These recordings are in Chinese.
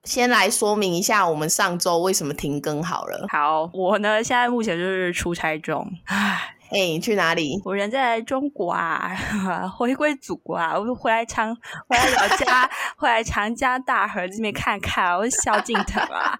先来说明一下我们上周为什么停更好了。 好，我呢现在目前就是出差中。 你去哪里？ 我人在中国啊，回归祖国啊，我回来老家，回来长江大河这边看看，我是萧敬腾啊。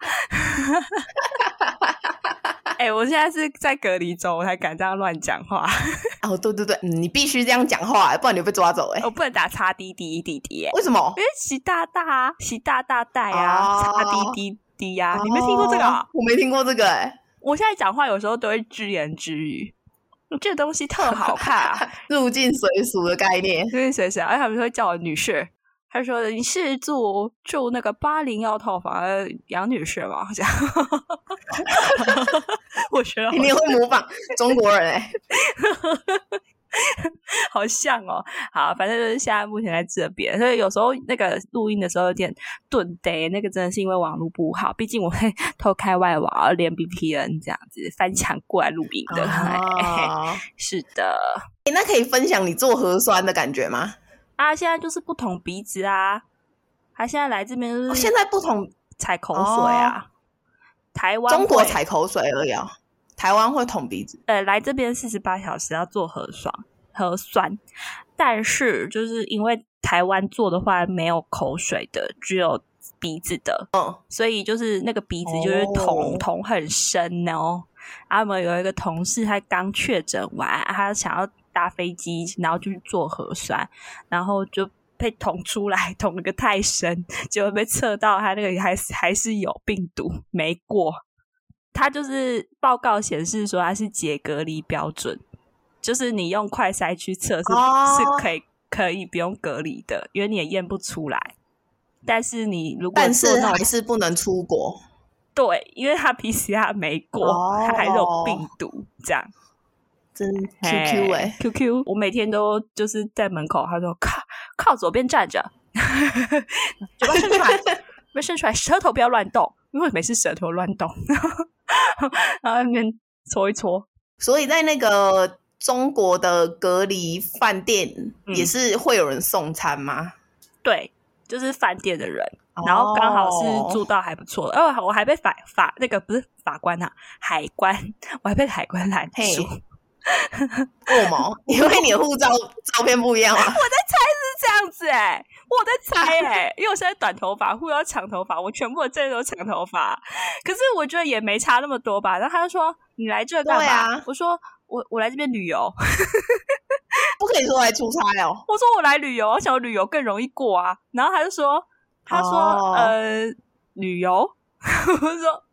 我现在是在隔离中，我才敢这样乱讲话。 哦，对对对，你必须这样讲话，不然你会被抓走。 我不能打叉滴滴滴滴。 为什么？ 因为习大大带啊，叉滴滴滴啊，你没听过这个啊？ 我没听过这个我现在讲话有时候都会只言只语。这个东西特好看啊， 入境随俗的概念， 入境随俗，而且他们会叫我女士。他说你是住那个801套房的杨女士吗？这样，我觉得你也会模仿中国人好像哦。好，反正就是现在目前在这边，所以有时候那个录音的时候有点顿呆，那个真的是因为网络不好，毕竟我会偷开外网连 VPN 这样子翻墙过来录音的。是的。 那可以分享你做核酸的感觉吗？ 现在就是不捅鼻子啊，他现在来这边就是现在不捅采口水啊。台湾中国采口水而已台湾会捅鼻子。 来这边48小时要做核酸，但是就是因为台湾做的话没有口水的，只有鼻子的，所以就是那个鼻子就是捅很深哦。我们有一个同事他刚确诊完，他想要搭飞机，然后就去做核酸，然后就被捅出来，捅了个太深，结果被测到他那个还是有病毒，没过。他就是报告显示说他是解隔离标准，就是你用快筛去测是可以不用隔离的，因为你也验不出来。但是你如果做但是还是不能出国。 对，因为他 PCR 没过，他还有病毒这样。 真 QQ QQ 我每天都就是在门口，他说靠左边站着，嘴巴伸出来，没伸出来，舌头不要乱动，因为每次舌头乱动，然后那边搓一搓。 所以在那个中国的隔离饭店也是会有人送餐吗？ 对，就是饭店的人，然后刚好是住到还不错的。我还被那个不是法官啊，海关，我还被海关拦住。 为什么？因为你的护照照片不一样吗？ 我在猜是这样子我在猜因为我现在短头发，护照长头发，我全部的证都长头发，可是我觉得也没差那么多吧。然后他就说你来这干嘛？我说我来这边旅游。 不可以说来出差我说我来旅游，我想旅游更容易过啊。然后他说旅游。我说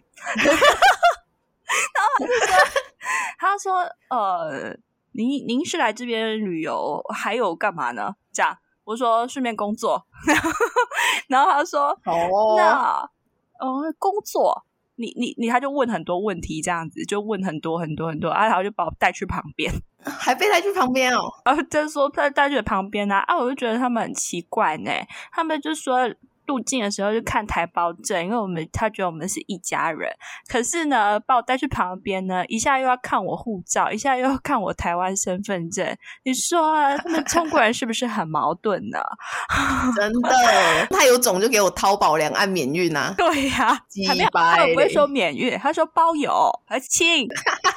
然后他说您是来这边旅游还有干嘛呢？这样我说顺便工作。然后他说那工作你他就问很多问题，这样子就问很多很多很多然后就把我带去旁边， 还被带去旁边就是说带去旁边我就觉得他们很奇怪呢。他们就说入境的时候就看台胞证，因为他觉得我们是一家人。可是呢，把我带去旁边呢，一下又要看我护照，一下又要看我台湾身份证。你说他们中国人是不是很矛盾呢？ 真的，他有种就给我淘宝2岸免运啊！ 对呀，他们不会说免运，他说包邮，还亲。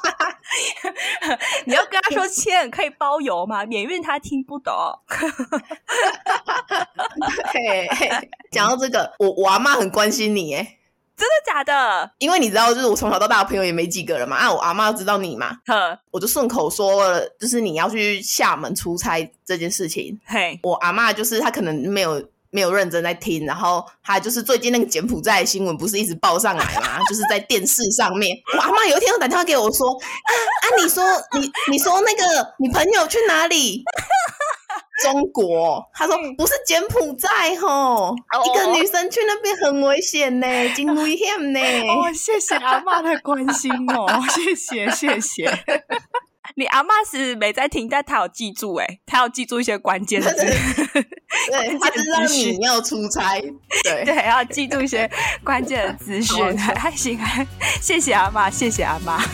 你要跟他说亲可以包邮吗？免运他听不懂。 讲到这个，我阿嬷很关心你真的假的？ 因为你知道，就是我从小到大的朋友也没几个人嘛，我阿嬷知道你嘛，我就顺口说了，就是你要去厦门出差这件事情。我阿嬷就是她可能没有认真在听，然后她就是最近那个柬埔寨的新闻不是一直报上来嘛，就是在电视上面。我阿嬷有一天又打电话给我说，你说那个你朋友去哪里？中国，他说不是柬埔寨一个女生去那边很危险呢，很危险呢。 谢谢阿嬷的关心谢谢。你阿嬷是没在听，但她有记住她有记住一些关键字。 对，她知道你要出差，对， 要记住一些关键的资讯。还行，谢谢阿嬷，谢谢阿嬷。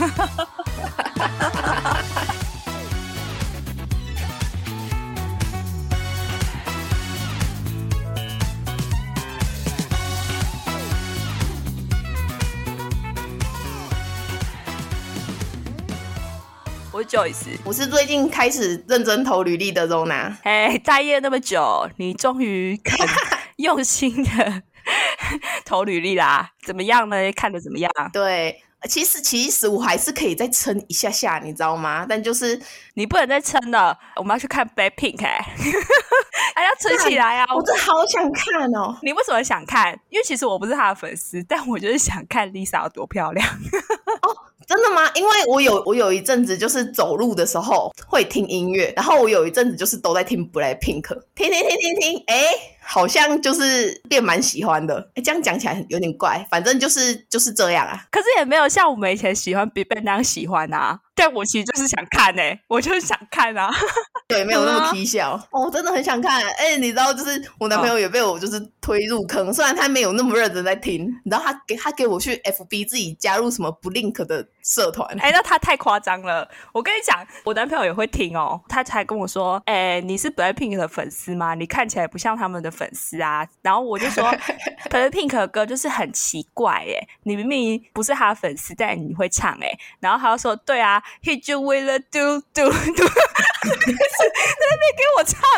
我是 Joyce， 我是最近开始认真投履历的 Rona。 待业那么久，你终于肯用心的投履历啦，怎么样呢？看得怎么样？ 对，其实我还是可以再撑一下下，你知道吗？但就是你不能再撑了，我们要去看 BLACKPINK 还要撑起来啊！ 我真的好想看哦。 你为什么想看？因为其实我不是他的粉丝，但我就是想看 Lisa 有多漂亮。 哦，真的吗？因为我有一阵子就是走路的时候会听音乐，然后我有一阵子就是都在听 BLACKPINK， 听，好像就是变蛮喜欢的。这样讲起来有点怪，反正就是这样啊。 可是也没有像我们以前喜欢 BigBang 那样喜欢啊。但我其实就是想看我就是想看啊。 对，没有那么啼笑。我真的很想看。你知道，就是我男朋友也被我就是推入坑，虽然他没有那么认真在听，你知道他给我去 FB 自己加入什么 Blink 的社团。 那他太夸张了。我跟你讲，我男朋友也会听哦，他才跟我说，你是 BLACKPINK 的粉丝吗？你看起来不像他们的粉丝啊。然后我就说BLACKPINK 的歌就是很奇怪你明明不是他的粉丝，但你会唱然后他就说，对啊，Hit you with a do do do 在那边给我唱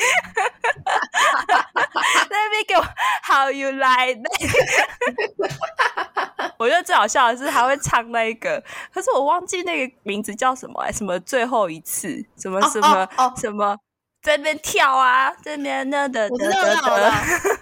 在那边给我 How you like that 我觉得最好笑的是他会唱那个，可是我忘记那个名字叫什么什么最后一次什么什么什么在那边跳啊，在那边那的我知道了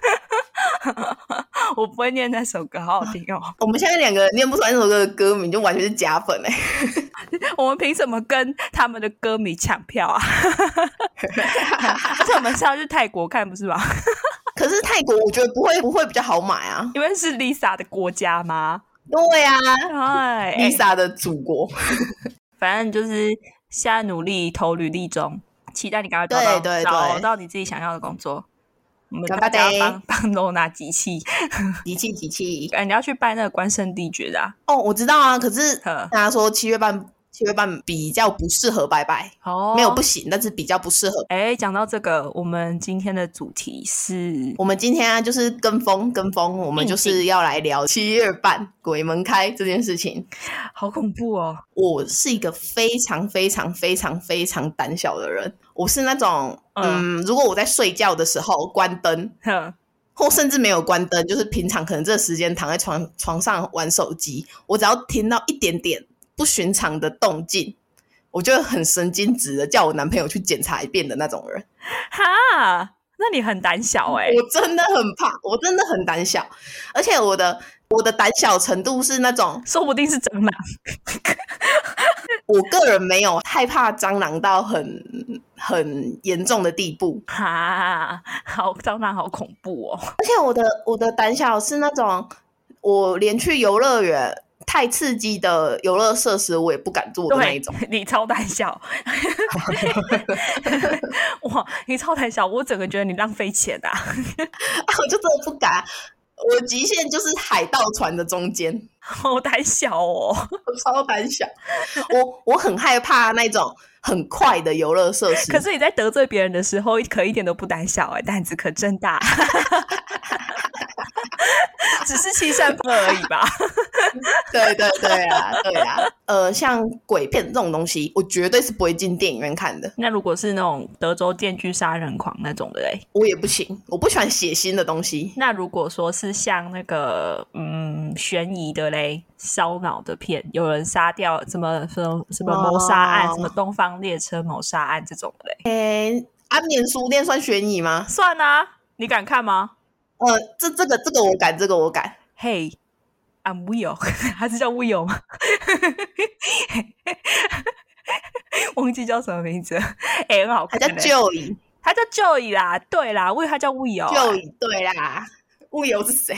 我不会念那首歌，好好听哦。我们现在两个念不出来那首歌的歌名，就完全是假粉我们凭什么跟他们的歌迷抢票啊？而且我们是要去泰国看，不是吗？ 可是泰国我觉得不会比较好买啊， 因为是 Lisa 的国家吗？ 对啊，Lisa 的祖国。 反正就是现在努力投履历中，期待你赶快找到你自己想要的工作。我们大家要帮 Rona 集气。你要去拜那个关圣帝君的啊。 我知道啊，可是大家说7月半比较不适合拜拜。没有不行，但是比较不适合。 讲到这个，我们今天的主题是， 我们今天就是跟风，我们就是要来聊7月半鬼门开这件事情。 好恐怖哦！ 我是一个非常非常非常非常胆小的人，我是那种如果我在睡觉的时候关灯，或甚至没有关灯，就是平常可能这个时间躺在床上玩手机，我只要听到一点点不寻常的动静，我就很神经质的叫我男朋友去检查一遍的那种人。 哈，那你很胆小我真的很怕，我真的很胆小，而且我的胆小程度是那种说不定是蟑螂。 我个人没有害怕蟑螂到很严重的地步。 蟑螂好恐怖哦！ 而且我的胆小是那种，我连去游乐园太刺激的游乐设施我也不敢做的那一种。 你超胆小。哇，你超胆小，我整个觉得你浪费钱啊。 我就真的不敢。我极限就是海盗船的中间。 好胆小哦！ 我超胆小。我很害怕那种很快的游乐设施。 可是你在得罪别人的时候可一点都不胆小胆子可真大。只是欺善怕恶而已吧。 对啊。像鬼片这种东西我绝对是不会进电影院看的。 那如果是那种德州电锯杀人狂那种的嘞？ 我也不行，我不喜欢血腥的东西。 那如果说是像那个悬疑的嘞，烧脑的片，有人杀掉什么谋杀案，什么东方列车谋杀案这种的嘞？ 安眠书店算悬疑吗？ 算啊，你敢看吗？ 这个我敢。 Hey, I'm Will， 还是叫 Will 吗？忘记叫什么名字了。很好看。 他叫 Joey， 他叫 Joey 啦，对啦，Will 他叫 Will。Joey 对啦，Will 是谁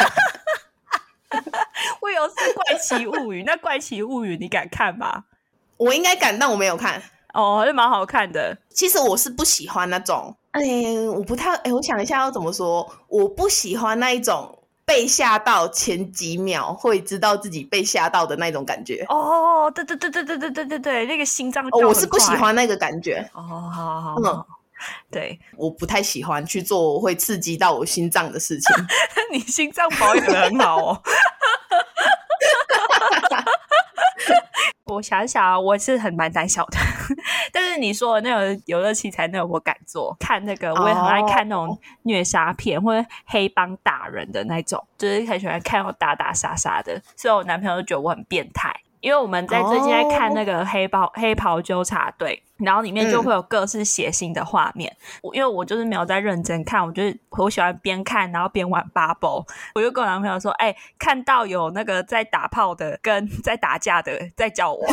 ？Will 是怪奇物语。那怪奇物语你敢看吗？ 我应该敢，但我没有看。 就蛮好看的。 其实我是不喜欢那种，我不太，我想一下要怎么说，我不喜欢那一种被吓到前几秒会知道自己被吓到的那种感觉。 对，那个心脏跳很快。 我是不喜欢那个感觉。 好。对， 我不太喜欢去做会刺激到我心脏的事情。 你心脏保养得很好哦。 我想想我是蛮胆小的但是你说的那种游乐器材那个我敢做，看那个我也很爱看那种虐杀片或者黑帮打人的那种，就是很喜欢看我打打杀杀的，所以我男朋友就觉得我很变态。因为我们在最近在看那个黑袍纠察队，然后里面就会有各式血腥的画面，因为我就是没有在认真看，我喜欢边看然后边玩 Bubble， 我就跟我男朋友说看到有那个在打炮的跟在打架的在叫我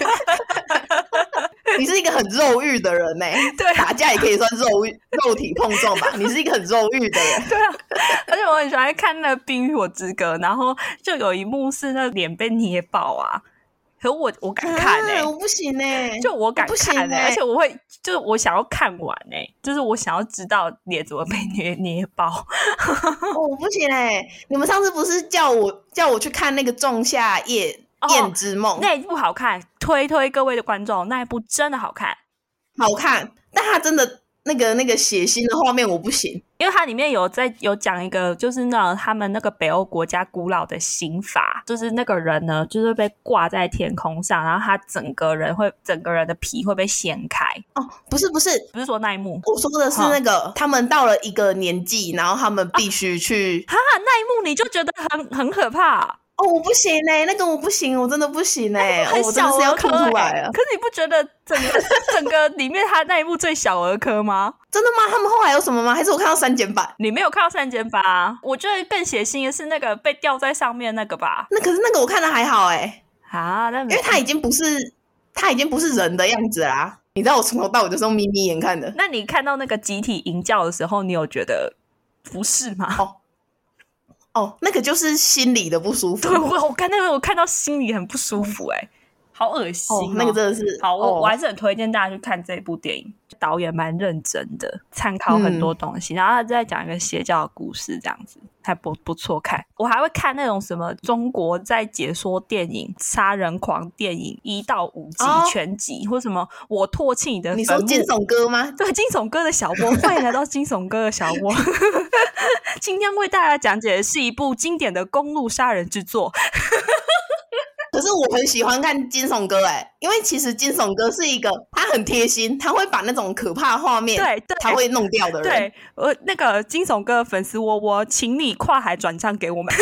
你是一个很肉欲的人对， 打架也可以算肉体碰撞吧你是一个很肉欲的人对啊，而且我很喜欢看那个《冰与火之歌》，然后就有一幕是那脸被捏爆啊，可我敢看我不行就我敢看而且我会就是我想要看完就是我想要知道脸怎么被捏爆我不行你们上次不是叫我去看那个仲夏夜之梦那一部好看，推各位的观众，那一部真的好看， 但它真的那个血腥的画面我不行， 因为它里面有讲一个就是那种他们那个北欧国家古老的刑法，就是那个人呢就是被挂在天空上，然后他整个人的皮会被掀开。 不是说那一幕， 我说的是那个他们到了一个年纪，然后他们必须去那一幕你就觉得很可怕我不行那个我不行，我真的不行我真的是要哭出来了。 可是你不觉得整个里面他那一幕最小儿科吗？ 真的吗？他们后来有什么吗？还是我看到删减版？ 你没有看到删减版啊？我觉得更血腥的是那个被吊在上面那个吧。 可是那个我看的还好因为他已经不是人的样子啦。你知道我从头到尾都是用眯眯眼看的。 那你看到那个集体营教的时候，你有觉得不是吗？ 那个就是心里的不舒服。 对，我看到心里很不舒服好恶心那个真的是好，我还是很推荐大家去看这部电影，导演蛮认真的，参考很多东西，然后他再讲一个邪教的故事，这样子还不错看。我还会看那种什么中国在解说电影杀人狂电影1到5集全集，或什么我唾弃你的坟墓。 你说惊悚哥吗？ 对，惊悚哥的小波欢迎来到惊悚哥的小波今天为大家讲解的是一部经典的公路杀人之作可是我很喜欢看惊悚哥因为其实惊悚哥是一个他很贴心，他会把那种可怕的画面他会弄掉的人。 对，那个惊悚哥的粉丝窝请你跨海转账给我们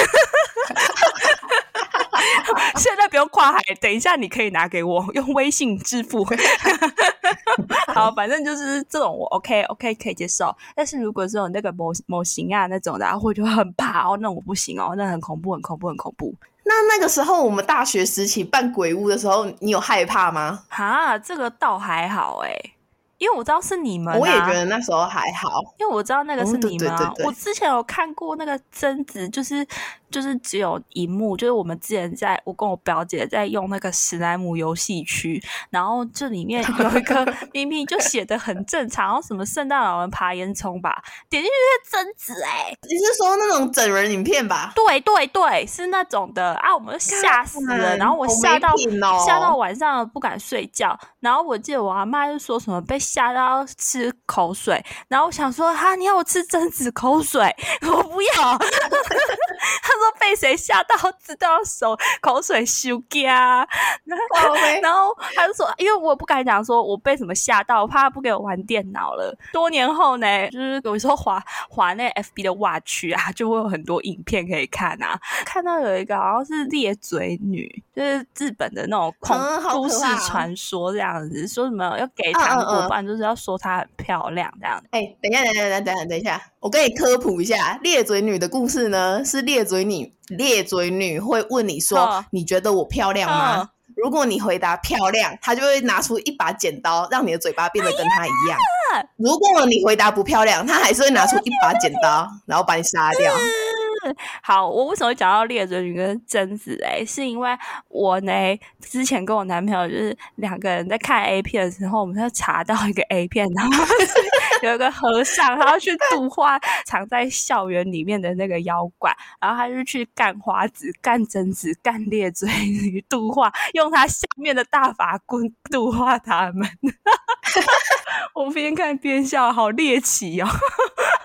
现在不用跨海，等一下你可以拿给我，用微信支付好，反正就是这种我 OK 可以接受，但是如果是有那个某型那种的，我就很怕那我不行那很恐怖。 那个时候我们大学时期办鬼屋的时候，你有害怕吗？ 这个倒还好因为我知道是你们我也觉得那时候还好， 因为我知道那个是你们对。 我之前有看过那个贞子，就是只有荧幕，就是我们之前我跟我表姐在用那个史莱姆游戏区，然后这里面有一个明明就写得很正常，然后什么圣诞老人爬烟囱吧，点进去是贞子你是说那种整人影片吧？ 对，是那种的我们就吓死了，然后我吓到晚上不敢睡觉，然后我记得我阿嬷就说什么被吓到吃口水，然后我想说你要我吃贞子口水，我不要他说被谁吓到知道手口水羞家然后他就说因为我不敢讲说我被什么吓到，我怕他不给我玩电脑了。多年后呢，就是有时候滑那 FB 的watch区就会有很多影片可以看看到有一个好像是咧嘴女，就是日本的那种都市传说这样子，说什么要给糖果不然就是要说她很漂亮这样子。 等一下，我跟你科普一下，咧嘴女的故事呢，是咧嘴女会问你说你觉得我漂亮吗？如果你回答漂亮，她就会拿出一把剪刀让你的嘴巴变得跟她一样如果你回答不漂亮，她还是会拿出一把剪刀然后把你杀掉好，我为什么会讲到咧嘴女跟贞子是因为我呢之前跟我男朋友就是2个人在看 A 片的时候，我们就查到一个 A 片，然后有一个和尚他要去度化藏在校园里面的那个妖怪，然后他就去干花子干贞子干咧嘴女度化，用他下面的大法棍度化他们我边看边笑，好猎奇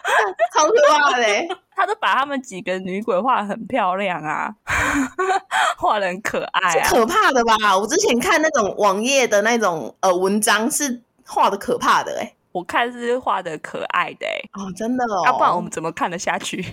超可怕的他都把他们几个女鬼画得很漂亮画得很可爱是可怕的吧？我之前看那种网页的那种文章是画的可怕的我看是画的可爱的哦，真的哦， 要不然我们怎么看得下去？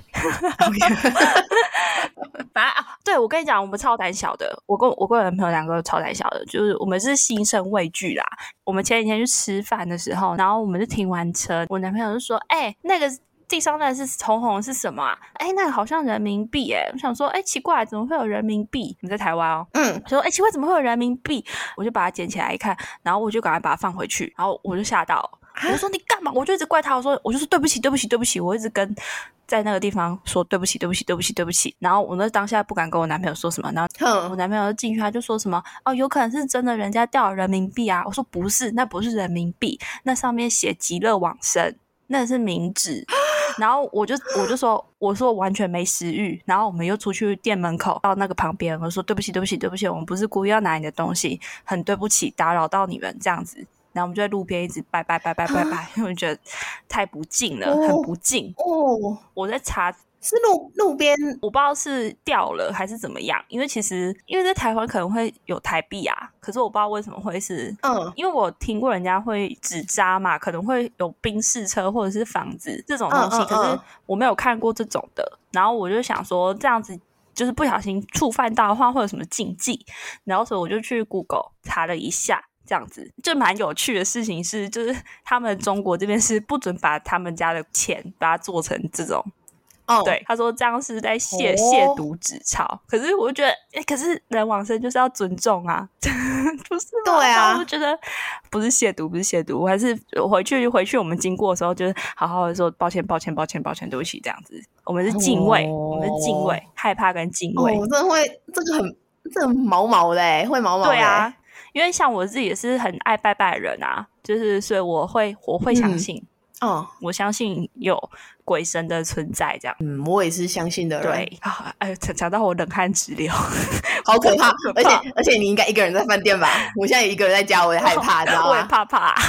反正对，我跟你讲，我们超胆小的。我跟我男朋友两个超胆小的，就是我们是心生畏惧啦。我们前几天去吃饭的时候，然后我们就停完车，我男朋友就说：“那个地上那是红红是什么啊？那个好像人民币我想说，奇怪，怎么会有人民币？你在台湾哦。说奇怪，怎么会有人民币？我就把它捡起来一看，然后我就赶快把它放回去，然后我就吓到了。我就说你干嘛？我就一直怪他，我就说对不起对不起对不起，我一直跟在那个地方说对不起对不起对不起对不起。然后我那当下不敢跟我男朋友说什么，然后我男朋友就进去，他就说什么有可能是真的人家掉了人民币啊。我说不是，那不是人民币，那上面写极乐往生，那是冥纸。然后我就说，我说我完全没食欲。然后我们又出去店门口到那个旁边，我说对不起对不起对不起，我们不是故意要拿你的东西，很对不起打扰到你们这样子。然后我们就在路边一直拜拜拜拜拜拜，因为我觉得太不敬了，很不敬。我在查是路边， 我不知道是掉了还是怎么样，因为在台湾可能会有台币啊，可是我不知道为什么会是因为我听过人家会纸扎嘛，可能会有宾士车或者是房子这种东西，可是我没有看过这种的。然后我就想说这样子就是不小心触犯到的话会有什么禁忌，然后所以我就去 Google 查了一下，这样子就蛮有趣的事情是，就是他们中国这边是不准把他们家的钱把它做成这种对，他说这样是在亵渎纸钞。可是我就觉得可是人往生就是要尊重啊不是吗？ 对啊， 我就觉得不是亵渎不是亵渎，我还是回去我们经过的时候就是好好的说抱歉抱歉抱歉抱歉对不起这样子。我们是敬畏我们是敬畏，害怕跟敬畏真的会这个很毛毛的会毛毛的。 对啊，因为像我自己也是很爱拜拜的人啊，就是所以我会相信我相信有鬼神的存在这样。 我也是相信的人。 对讲到我冷汗直流好可怕而且你应该一个人在饭店吧？我现在也一个人在家，我也害怕知道吗？ 我也怕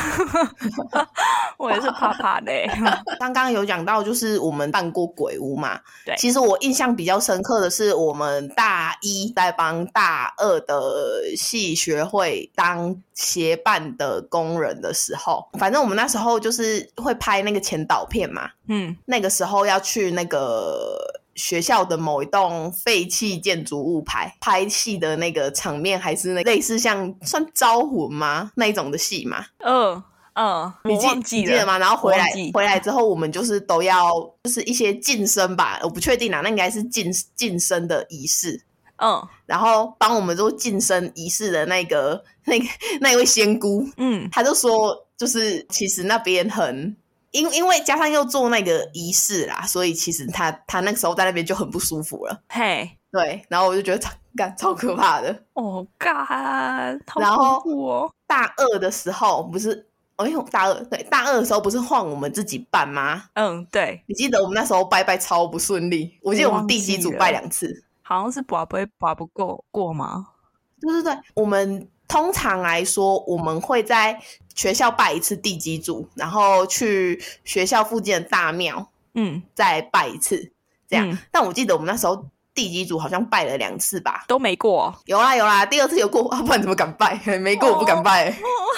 我也是怕怕的刚刚有讲到就是我们办过鬼屋嘛， 对， 其实我印象比较深刻的是我们大一在帮大二的系学会当协办的工人的时候，反正我们那时候就是会拍那个前导片嘛，那个时候要去那个学校的某一栋废弃建筑物拍戏的那个场面，还是那类似像算招魂吗那一种的戏嘛？ 你记得吗？然后回来之后，我们就是都要就是一些晋升吧，我不确定啦，那应该是晋升的仪式。然后帮我们做晋升仪式的那一位仙姑，他就说就是其实那边很因为加上又做那个仪式啦，所以其实他那个时候在那边就很不舒服了。对，然后我就觉得超可怕的。 干， 然后大二的时候不是大二的时候不是换我们自己办吗？ 对， 你记得我们那时候拜超不顺利，我记得我们地基组拜2次， 好像是拔不过吗？ 对，我们通常来说我们会在学校拜一次地基组，然后去学校附近的大庙再拜一次这样。但我记得我们那时候地基组好像拜了2次吧， 都没过。 有啦，第2次有过，不然怎么敢拜？没过我不敢拜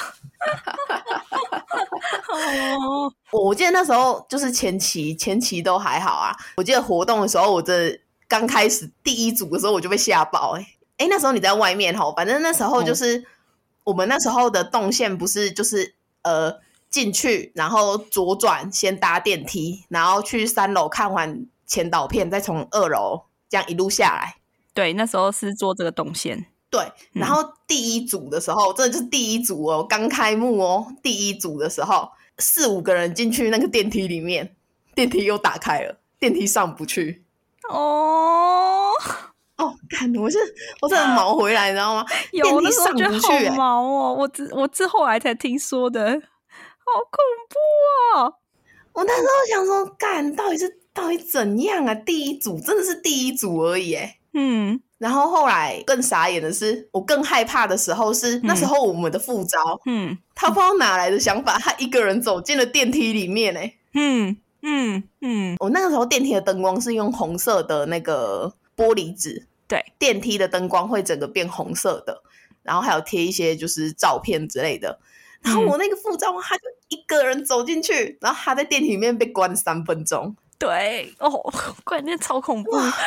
我记得那时候就是前期都还好啊。我记得活动的时候，我这刚开始第1组的时候我就被吓爆那时候你在外面反正那时候就是我们那时候的动线不是就是进去然后左转先搭电梯，然后去3楼看完前导片，再从2楼这样一路下来。 对，那时候是做这个动线。 对，然后第1组的时候真的就是第1组刚开幕第1组的时候4-5个人进去那个电梯里面，电梯又打开了，电梯上不去。看我真的毛回来你知道吗？电梯上不去好毛我之后来才听说的，好恐怖我那时候想说干到底怎样啊？第1组真的是第1组而已然后后来更傻眼的是，我更害怕的时候是那时候我们的副招他不知道哪来的想法，他一个人走进了电梯里面我那个时候电梯的灯光是用红色的那个玻璃纸对， 电梯的灯光会整个变红色的，然后还有贴一些就是照片之类的。然后我那个副照他就一个人走进去，然后他在电梯里面被关3分钟。 对哦，关键超恐怖，不是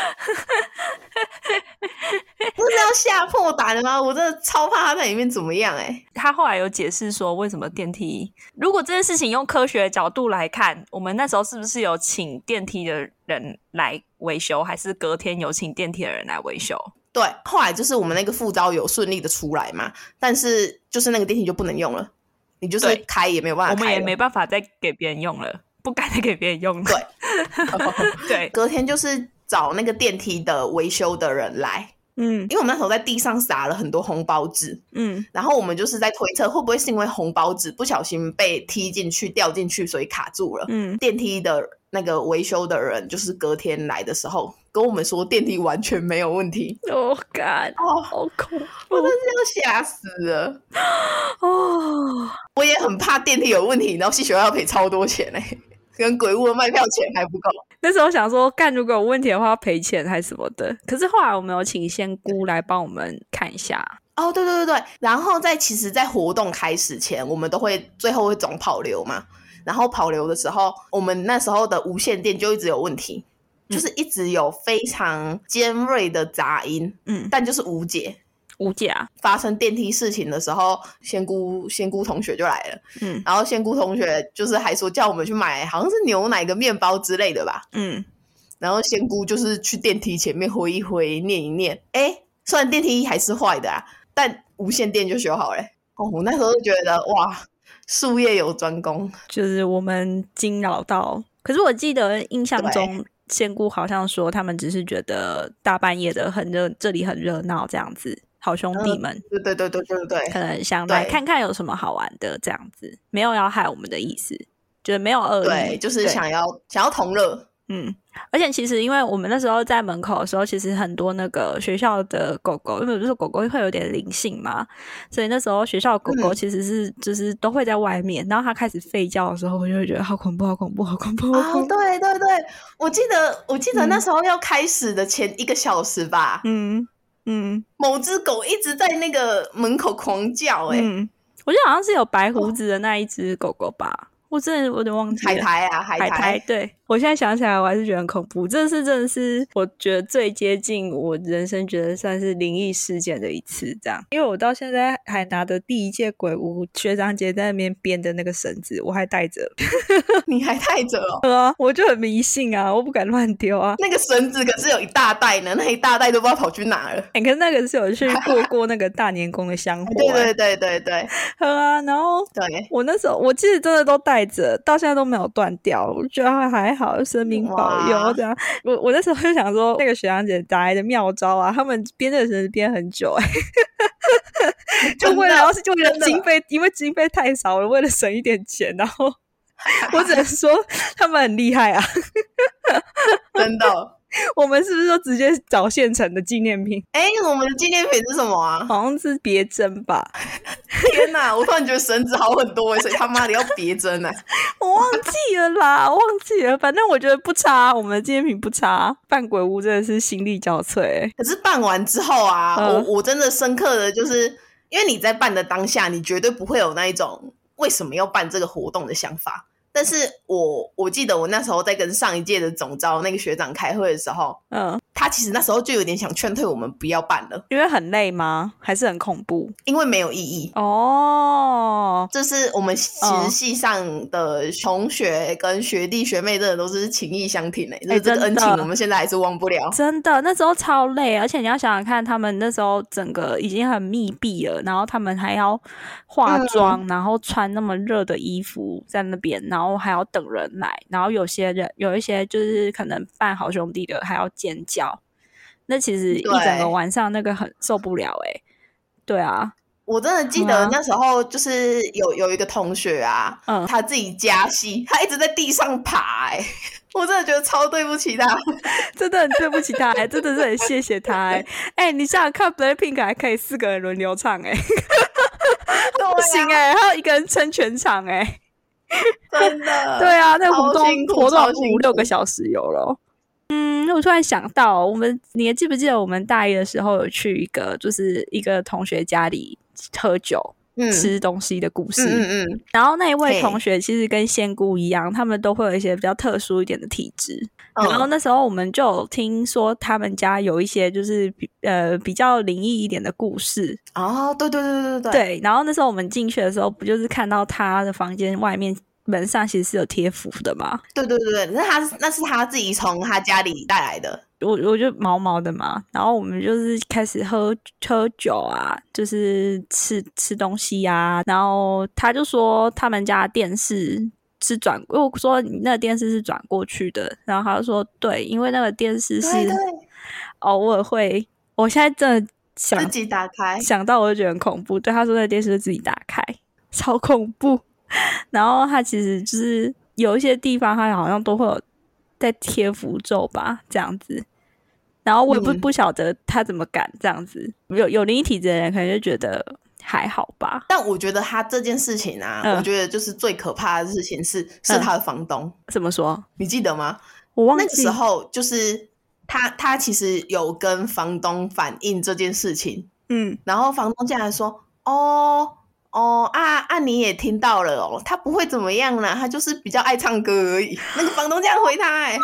要吓破胆了吗？我真的超怕他在里面怎么样他后来有解释说为什么电梯，如果这件事情用科学的角度来看，我们那时候是不是有请电梯的人来维修，还是隔天有请电梯的人来维修？ 对，后来就是我们那个副招有顺利的出来嘛，但是就是那个电梯就不能用了，你就是开也没有办法开了， 我们也没办法再给别人用了，不敢再给别人用了。 对对， 隔天就是找那个电梯的维修的人来，因为我们那时候在地上撒了很多红包纸，然后我们就是在推测会不会是因为红包纸不小心被踢进去掉进去，所以卡住了。电梯的那个维修的人就是隔天来的时候跟我们说电梯完全没有问题。 Oh God， 好恐怖， 我真是要吓死了。我也很怕电梯有问题，然后系学校要赔超多钱跟鬼屋的卖票钱还不够。 那时候想说干如果有问题的话要赔钱还是什么的，可是后来我们有请仙姑来帮我们看一下。 对，然后其实在活动开始前我们都会最后会总跑流嘛，然后跑流的时候我们那时候的无线电就一直有问题，就是一直有非常尖锐的杂音，但就是无解啊。发生电梯事情的时候仙姑同学就来了，然后仙姑同学就是还说叫我们去买好像是牛奶跟面包之类的吧，然后仙姑就是去电梯前面挥一挥念一念，虽然电梯还是坏的啊，但无线电就修好了。我那时候就觉得哇，术业有专攻， 就是我们惊扰到。可是我记得印象中仙姑好像说他们只是觉得大半夜的很热，这里很热闹这样子，好兄弟们， 对， 可能想来看看有什么好玩的这样子，没有要害我们的意思，觉得没有恶意， 对，就是想要同乐。 而且其实因为我们那时候在门口的时候，其实很多那个学校的狗狗，因为不是狗狗会有点灵性嘛，所以那时候学校的狗狗其实是就是都会在外面，然后它开始吠叫的时候，我就会觉得好恐怖。 对，我记得那时候要开始的前1个小时吧，某只狗一直在那个门口狂叫，我觉得好像是有白胡子的那一只狗狗吧。我真的有点忘记了。海苔，对，我现在想起来我还是觉得很恐怖，真的是我觉得最接近我人生觉得算是灵异事件的一次这样，因为我到现在还拿着第1届鬼屋学长姐在那边编的那个绳子我还带着。 你还带着哦？ 我就很迷信啊，我不敢乱丢啊。那个绳子可是有一大袋呢，那一大袋都不知道跑去哪了。 可是那个是有去过那个大年宫的香火。 对。 然后对我那时候我其实真的都带着，到现在都没有断掉，我觉得还好，生命保佑这样。我那时候就想说那个学长姐打来的妙招啊，他们编这个绳子编很久就为了经费，因为经费太少了，为了省一点钱，然后我只能说他们很厉害啊。 真的。 我们是不是都直接找现成的纪念品？ 我们的纪念品是什么啊？ 好像是别针吧。 天哪，我突然觉得绳子好很多所以他妈的要别针啊。 我忘记了啦，忘记了，反正我觉得不差，我们的纪念品不差。办鬼屋真的是心力交瘁可是办完之后啊，我真的深刻的就是因为你在办的当下你绝对不会有那一种为什么要办这个活动的想法，但是我记得我那时候在跟上一届的总召那个学长开会的时候，他其实那时候就有点想劝退我们不要办了。 因为很累吗？还是很恐怖？ 因为没有意义就是我们其实系上的同学跟学弟学妹真的都是情义相挺就是这个恩情我们现在还是忘不了。 真的那时候超累，而且你要想想看，他们那时候整个已经很密闭了，然后他们还要化妆，然后穿那么热的衣服在那边，然后还要等人来，然后有一些就是可能扮好兄弟的还要尖叫，那其实一整个晚上那个很受不了对啊， 我真的记得那时候就是有一个同学啊，他自己加戏，他一直在地上爬我真的觉得超对不起他。 真的很对不起他真的是很谢谢他你想想看 BLACKPINK 还可以4个人轮流唱不行他要一个人撑全场真的。 对啊，那个活动5-6个小时有了。 我突然想到，你还记不记得我们大一的时候有去一个同学家里喝酒吃东西的故事。然后那一位同学其实跟仙姑一样，他们都会有一些比较特殊一点的体质。然后那时候我们就有听说他们家有一些就是比较灵异一点的故事。对，然后那时候我们进去的时候，不就是看到他的房间外面门上其实是有贴符的嘛？对， 那是他自己从他家里带来的。 我就毛毛的嘛，然后我们就是开始喝酒啊，就是吃东西啊，然后他就说他们家的电视是我说你那个电视是转过去的，然后他就说对，因为那个电视是偶尔会，我现在真的自己打开， 想到我就觉得很恐怖。对，他说那个电视是自己打开，超恐怖。然后他其实就是有一些地方他好像都会有在贴符咒吧，这样子。然后我也不晓得他怎么敢这样子。有灵异体质的人可能就觉得还好吧。 但我觉得他这件事情啊，我觉得就是最可怕的事情是他的房东。 怎么说？ 你记得吗？ 我忘记。 那个时候就是他其实有跟房东反映这件事情。然后房东竟然说你也听到了哦，他不会怎么样啦，他就是比较爱唱歌而已。那个房东这样回他不要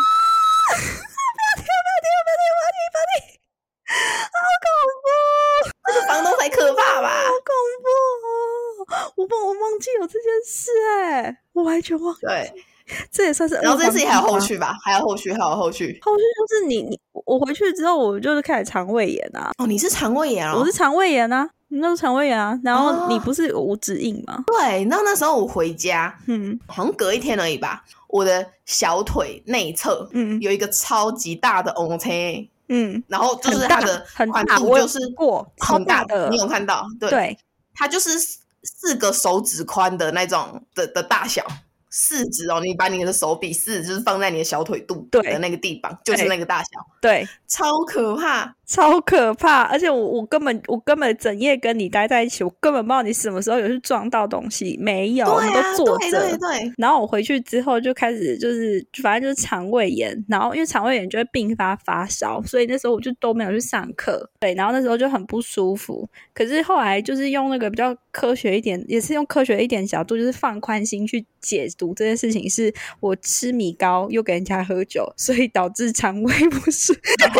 听，好恐怖！那个房东才可怕吧？ 好恐怖哦！我忘记有这件事我完全忘记。 对， 这也算是。 然后这件事情还有后续吧？还有后续。 后续就是我回去之后，我就是开始肠胃炎啊。 你是肠胃炎我是肠胃炎啊。你那时候肠胃炎啊，然后你不是有无指印吗？ 对，那时候我回家，好像隔一天而已吧。我的小腿内侧，有一个超级大的凹陷，然后就是它的宽度就是很大的，你有看到？对，它就是4个手指宽的那种的大小。4指你把你的手比4就是放在你的小腿肚的那个地方，就是那个大小。对，超可怕。 而且我根本整夜跟你待在一起，我根本不知道你什么时候有去撞到东西，没有，我们都坐着。对。然后我回去之后就开始反正就是肠胃炎，然后因为肠胃炎就会并发烧，所以那时候我就都没有去上课。对，然后那时候就很不舒服。可是后来就是用那个比较科学一点，也是用科学一点角度，就是放宽心去解读这件事情，是我吃米糕又给人家喝酒，所以导致肠胃不适。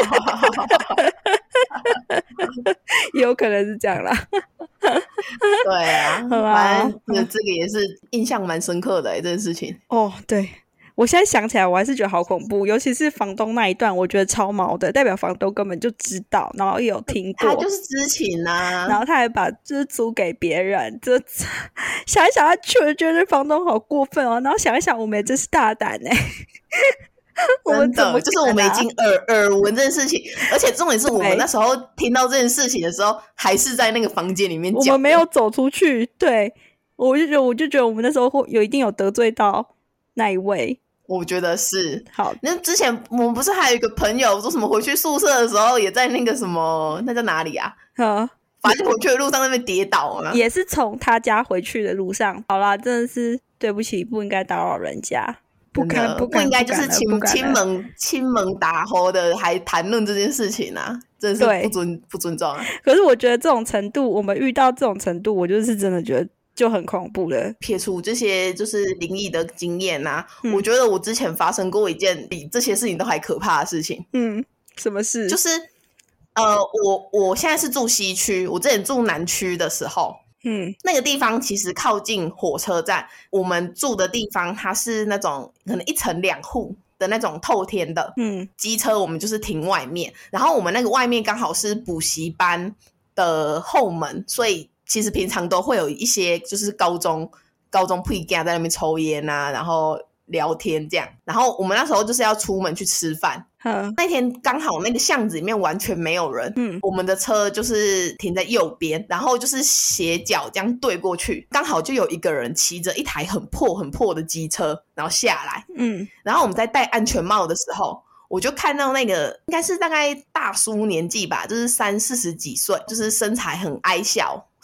有可能是这样啦。 对啊，反正这个也是印象蛮深刻的这件事情。 对，我现在想起来我还是觉得好恐怖，尤其是房东那一段，我觉得超毛的，代表房东根本就知道，然后也有听过， 他就是知情啊， 然后他还把就是租给别人，就想一想，他确实觉得房东好过分然后想一想，我们也真是大胆真的，就是我们已经耳闻这件事情，而且重点是我们那时候听到这件事情的时候，还是在那个房间里面讲， 我们没有走出去。对，我就觉得我们那时候一定有得罪到那一位。 我觉得是。 好， 那之前我们不是还有一个朋友说什么回去宿舍的时候，也在那个什么，那在哪里啊？反正回去的路上那边跌倒了， 也是从他家回去的路上。好啦，真的是对不起，不应该打扰人家。不应该就是亲门打吼的，还谈论这件事情啊，真的是不尊重啊。 可是我觉得这种程度，我们遇到这种程度，我就是真的觉得就很恐怖了。 撇除这些就是灵异的经验啊，我觉得我之前发生过一件比这些事情都还可怕的事情。 什么事？ 就是我现在是住西区，我之前住南区的时候。那个地方其实靠近火车站，我们住的地方它是那种可能1层2户的那种透天的，机车我们就是停外面，然后我们那个外面刚好是补习班的后门，所以其实平常都会有一些就是高中屁孩在那边抽烟啊，然后聊天这样，然后我们那时候就是要出门去吃饭。那天刚好那个巷子里面完全没有人，我们的车就是停在右边，然后就是斜角这样对过去，刚好就有一个人骑着一台很破的机车，然后下来，然后我们在戴安全帽的时候，我就看到那个应该是大概大叔年纪吧，就是30-40几岁，就是身材很矮小，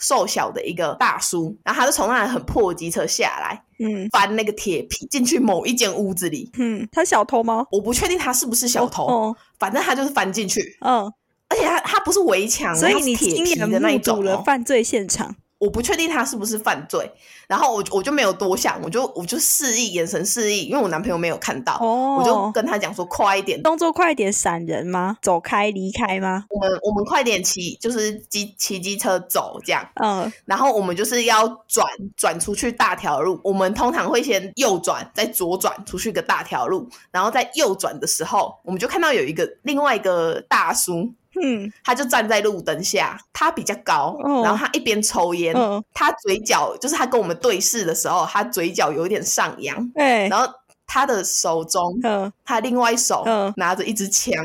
瘦小的一个大叔，然后他就从那很破的机车下来，翻那个铁皮进去某一间屋子里。 他小偷吗？ 我不确定他是不是小偷，反正他就是翻进去。而且他不是围墙， 所以你亲眼目睹了犯罪现场。 我不确定他是不是犯罪，然后我就没有多想，我就示意，眼神示意，因为我男朋友没有看到，我就跟他讲说快一点， 动作快一点，闪人吗？走开离开吗？ 我们快点骑，就是骑机车走这样。然后我们就是要转出去大条路，我们通常会先右转，再左转出去一个大条路，然后在右转的时候，我们就看到有另外一个大叔。他就站在路灯下，他比较高，然后他一边抽烟，他嘴角就是他跟我们对视的时候，他嘴角有点上扬，然后他的手中，他另外一手拿着一支枪，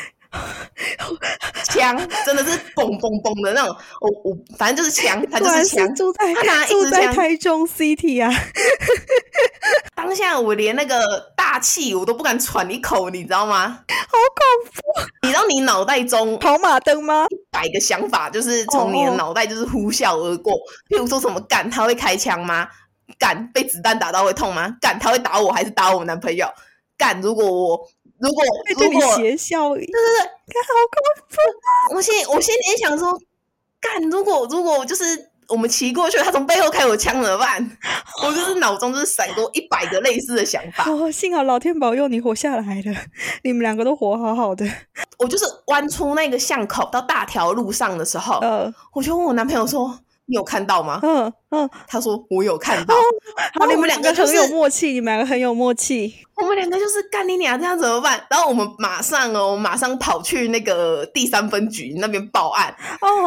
枪真的是嘣嘣嘣的那种，我反正就是枪，他就是枪，他拿一支枪，住在台中 City 啊。 当下我连那个大气我都不敢喘一口，你知道吗？ 好恐怖！ 你知道你脑袋中跑马灯吗 ？100个想法就是从你的脑袋就是呼啸而过。譬如说什么干他会开枪吗？干被子弹打到会痛吗？干他会打我还是打我男朋友？干如果对你邪笑，对，干好恐怖！ 我心里也想说，干如果就是我们骑过去，他从背后开我枪怎么办？我就是脑中就是闪过100个类似的想法。 幸好老天保佑你活下来了，你们2个都活好好的。 我就是弯出那个巷口到大条路上的时候，我就问我男朋友说：“你有看到吗？”他说：“我有看到。” 然后你们2个很有默契，你们2个很有默契。 我们2个就是干你娘，这样怎么办？然后我们马上跑去那个第3分局那边报案。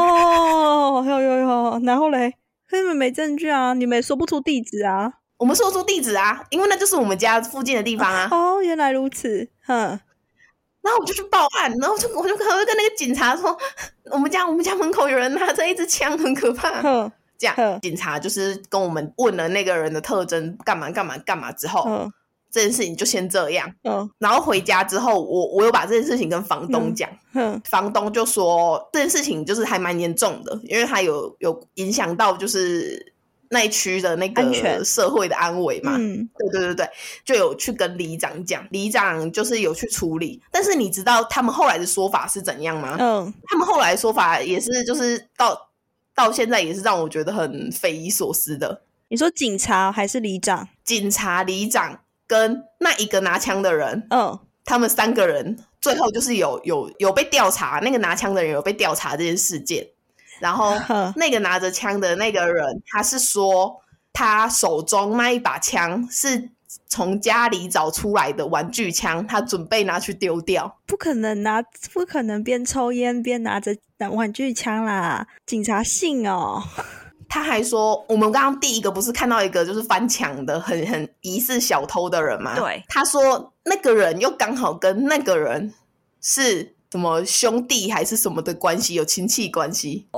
有，然后嘞，你们没证据啊，你们也说不出地址啊。 我们说出地址啊，因为那就是我们家附近的地方啊。 原来如此。 然后我就去报案，然后我就跟那个警察说，我们家门口有人拿着一支枪，很可怕。这样，警察就是跟我们问了那个人的特征，干嘛之后，这件事情就先这样。然后回家之后，我有把这件事情跟房东讲，房东就说这件事情就是还蛮严重的，因为他有影响到就是那一区的那个社会的安危嘛。对，就有去跟里长讲，里长就是有去处理。但是你知道他们后来的说法是怎样吗？他们后来的说法也是就是到现在也是让我觉得很匪夷所思的。 你说警察还是里长？ 警察、里长跟那一个拿枪的人，他们3个人最后就是有被调查，那个拿枪的人有被调查这件事件。然后那个拿着枪的那个人，他是说他手中那一把枪是从家里找出来的玩具枪，他准备拿去丢掉。 不可能边抽烟边拿着玩具枪啦，警察信哦。 他还说，我们刚刚第一个不是看到一个就是翻墙的很疑似小偷的人吗？ 对， 他说那个人又刚好跟那个人是什么兄弟还是什么的关系，有亲戚关系。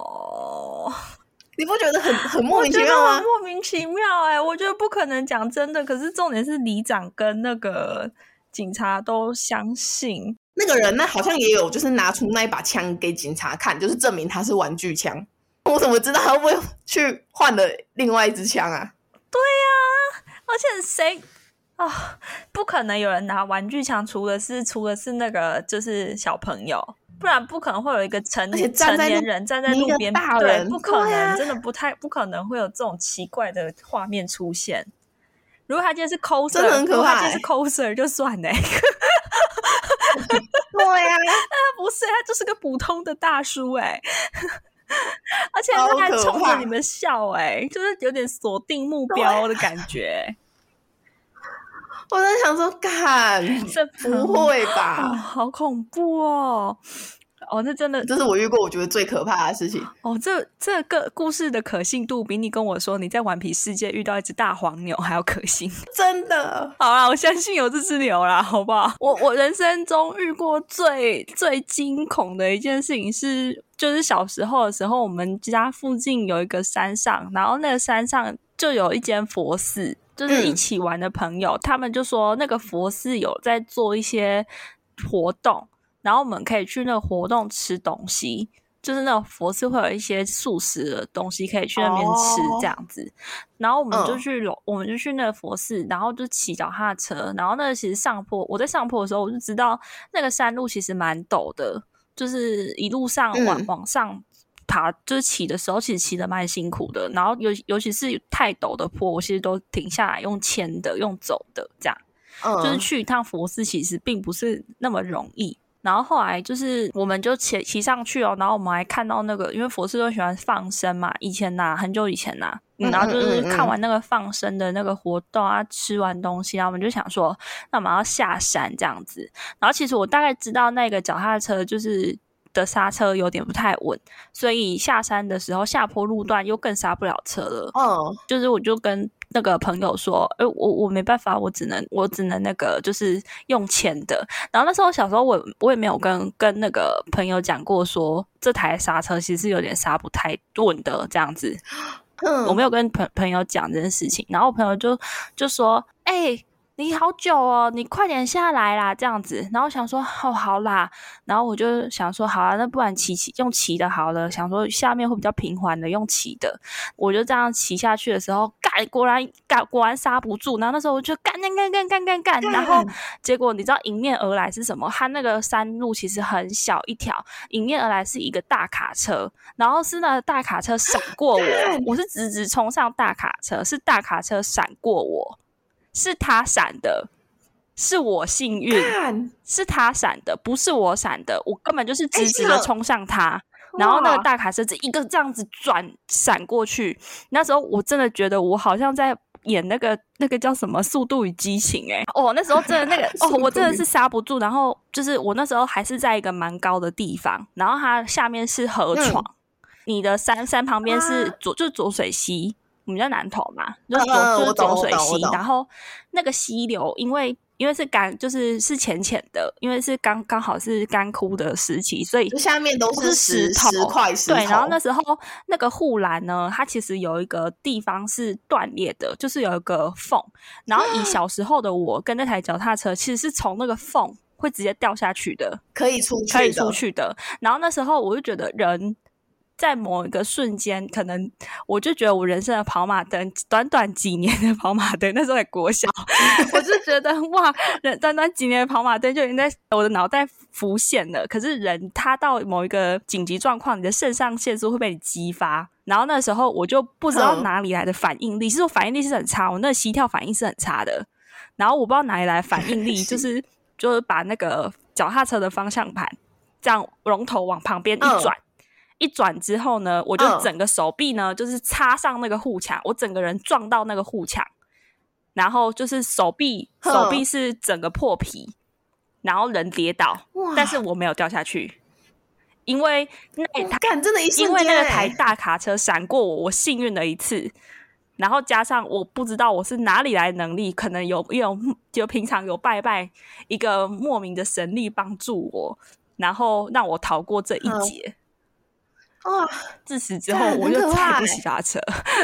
你不觉得很莫名其妙吗？ 很莫名其妙我觉得不可能讲真的，可是重点是里长跟那个警察都相信那个人，那好像也有就是拿出那一把枪给警察看，就是证明他是玩具枪。我怎么知道他会不会去换了另外一支枪啊？ 对啊，而且谁不可能有人拿玩具枪，除了是那个就是小朋友，不然不可能会有一个成年人站在路边，对，不可能，真的不可能会有这种奇怪的画面出现。如果他今天是 coser， 真的很可怕。 如果他今天是 coser 就算了。 对啊， 不是，他就是个普通的大叔而且他还冲着你们笑就是有点锁定目标的感觉。 我在想说，干，不会吧？ 好恐怖哦！那真的， 这是我遇过我觉得最可怕的事情。 这个故事的可信度比你跟我说你在顽皮世界遇到一只大黄牛还要可信， 真的。 好啦，我相信有这只牛啦，好不好？我人生中遇过最惊恐的一件事情是，就是小时候的时候，我们家附近有一个山上，然后那个山上就有一间佛寺。就是一起玩的朋友，他们就说那个佛寺有在做一些活动，然后我们可以去那个活动吃东西。 就是那种佛寺会有一些素食的东西可以去那边吃这样子，然后我们就去那个佛寺，然后就骑脚踏车，然后那个其实上坡，我在上坡的时候我就知道那个山路其实蛮陡的，就是一路上往上爬，就是骑的时候其实骑得蛮辛苦的，然后尤其是太陡的坡我其实都停下来用牵的用走的这样，就是去一趟佛寺其实并不是那么容易。然后后来就是我们就骑上去然后我们还看到那个，因为佛寺都喜欢放生嘛，以前很久以前然后就是看完那个放生的那个活动啊，吃完东西，然后我们就想说那我们要下山这样子。然后其实我大概知道那个脚踏车就是的刹车有点不太稳，所以下山的时候下坡路段又更刹不了车了。就是我就跟那个朋友说我没办法，我只能那个就是用牵的。然后那时候小时候我也没有跟那个朋友讲过说这台刹车其实是有点刹不太稳的这样子。我没有跟朋友讲这件事情，然后我朋友就说你好久哦，你快点下来啦这样子。然后想说好啦，然后我就想说好啦，那不然用骑的好了，想说下面会比较平缓的用骑的。我就这样骑下去的时候果然刹不住，然后那时候我就干，然后结果你知道迎面而来是什么？它那个山路其实很小一条，迎面而来是一个大卡车，然后是那个大卡车闪过我是直直冲上大卡车，是大卡车闪过我，是他闪的，是我幸运，是他闪的，不是我闪的，我根本就是直直的冲向他，然后那个大卡车一个这样子闪过去。那时候我真的觉得我好像在演那个叫什么《速度与激情》那时候真的那个我真的是刹不住。然后就是我那时候还是在一个蛮高的地方，然后它下面是河床，你的山旁边是就是浊水溪。我们叫南投嘛，就是浊水溪，然后那个溪流因为是干，就是浅的，因为是刚好是干枯的时期，所以下面都是石块。 对，然后那时候那个护栏呢，它其实有一个地方是断裂的，就是有一个缝，然后以小时候的我跟那台脚踏车其实是从那个缝会直接掉下去的， 可以出去的。 然后那时候我就觉得人在某一个瞬间，可能我就觉得我人生的跑马灯，短短几年的跑马灯，那时候在国小我就觉得哇，短短几年的跑马灯就已经在我的脑袋浮现了。可是人他到某一个紧急状况，你的肾上腺素会被你激发，然后那时候我就不知道哪里来的反应力，其实我反应力是很差，我那个膝跳反应是很差的，然后我不知道哪里来的反应力就是把那个脚踏车的方向盘这样龙头往旁边一转之后呢，我就整个手臂呢就是插上那个护墙，我整个人撞到那个护墙，然后就是手臂是整个破皮，然后人跌倒，但是我没有掉下去，因为真的一瞬间因为那个台大卡车闪过我幸运了一次，然后加上我不知道我是哪里来的能力，可能有平常有拜一个莫名的神力帮助我，然后让我逃过这一劫。自此之后我就再不骑脚踏车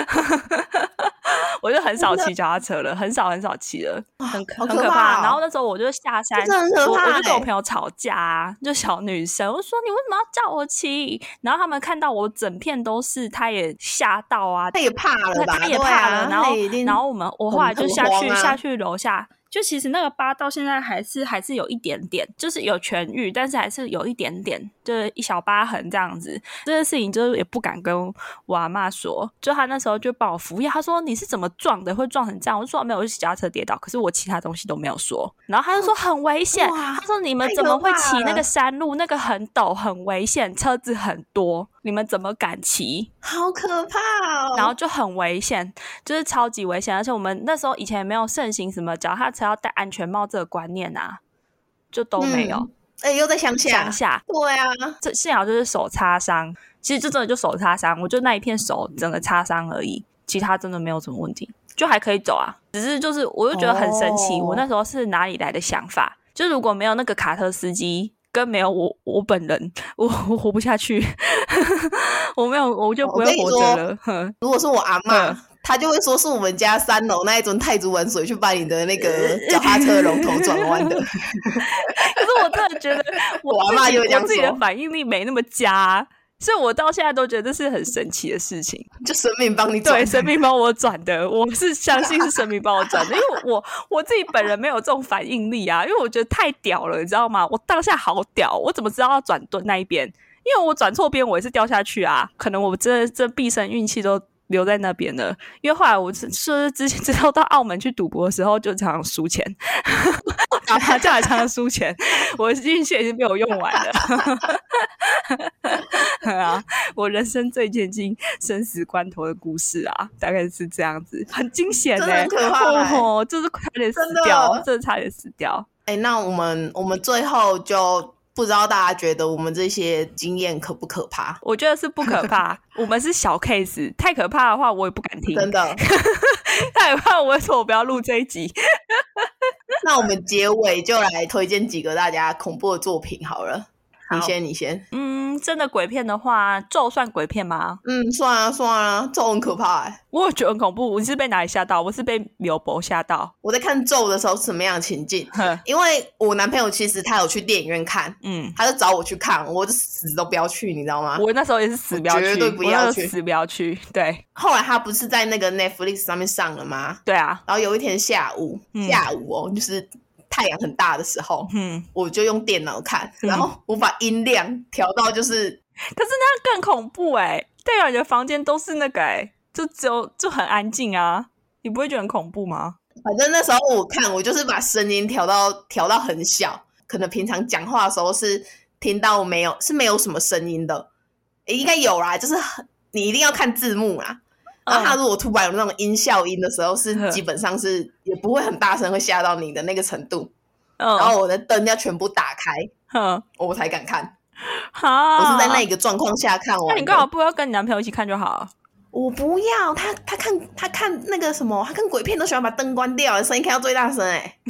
我就很少骑脚踏车了，很少骑了，很可怕。然后那时候我就下山，我就跟我朋友吵架就小女生，我就说你为什么要叫我骑？然后他们看到我整片都是，他也吓到啊， 他也怕了吧， 他也怕了。然后我后来就下去楼下。就其实那个疤到现在还是有一点点，就是有痊愈，但是还是有一点点，就是一小疤痕这样子。这件事情就是也不敢跟我阿嬷说，就他那时候就帮我扶药，他说你是怎么撞的，会撞成这样？我就说没有，我是骑脚踏车跌倒，可是我其他东西都没有说。然后他就说很危险，他说你们怎么会骑那个山路，那个很陡很危险，车子很多，你们怎么敢骑？ 好可怕哦！ 然后就很危险，就是超级危险，而且我们那时候以前也没有盛行什么脚踏车要戴安全帽这个观念啊，就都没有。 又在乡下，对啊， 这幸好就是手擦伤，其实就真的就手擦伤，我就那一片手整个擦伤而已，其他真的没有什么问题，就还可以走啊。只是就是我就觉得很神奇，我那时候是哪里来的想法？就如果没有那个卡车司机，跟没有我本人，我活不下去我就不会活着了。 如果是我阿嬷，她就会说是我们家3楼那一尊太祖玩水去把你的那个脚踏车龙头转弯的。可是我真的觉得我阿嬷又这样说， 我自己的反应力没那么佳， 所以我到现在都觉得这是很神奇的事情， 就神明帮你转， 对，神明帮我转的，我是相信是神明帮我转的，因为我自己本人没有这种反应力啊，因为我觉得太屌了，你知道吗？我当下好屌，我怎么知道要转蹲那一边？因为我转错边，我也是掉下去啊，可能我这毕生运气都留在那边了，因为后来我是之前知道到澳门去赌博的时候就常常输钱，打麻将还常常输钱，我的运气已经被我用完了。啊，我人生最接近生死关头的故事啊，大概是这样子，很惊险真的很可怕哦，就是差点死掉，真的差点死掉。 那我们最后就。不知道大家觉得我们这些经验可不可怕？ 我觉得是不可怕，我们是小 case， 太可怕的话我也不敢听， 真的太可怕，我会说我不要录这一集。 那我们结尾就来推荐几个大家恐怖的作品好了。你先。 真的鬼片的话，咒算鬼片吗？ 算啊，咒很可怕我也觉得很恐怖。你是被哪里吓到？我是被刘伯吓到。 我在看咒的时候是什么样的情境？因为我男朋友其实他有去电影院看，他就找我去看，我就死都不要去，你知道吗？ 我那时候也是死不要去， 绝对不要去， 死不要去。对。 后来他不是在那个 Netflix 上面上了吗？ 对啊。 然后有一天下午就是太阳很大的时候，我就用电脑看，然后我把音量调到就是， 可是那更恐怖代表你的房间都是那个就很安静啊，你不会觉得很恐怖吗？ 反正那时候我就是把声音调到很小，可能平常讲话的时候是听到没有什么声音的，应该有啦，就是你一定要看字幕啦。然后他如果突然有那种音效音的时候，是基本上是也不会很大声，会吓到你的那个程度。然后我的灯要全部打开，我才敢看。我是在那个状况下看完的。 那你刚好不要跟你男朋友一起看就好了。 我不要，他看那个什么，他看鬼片都喜欢把灯关掉，声音开到最大声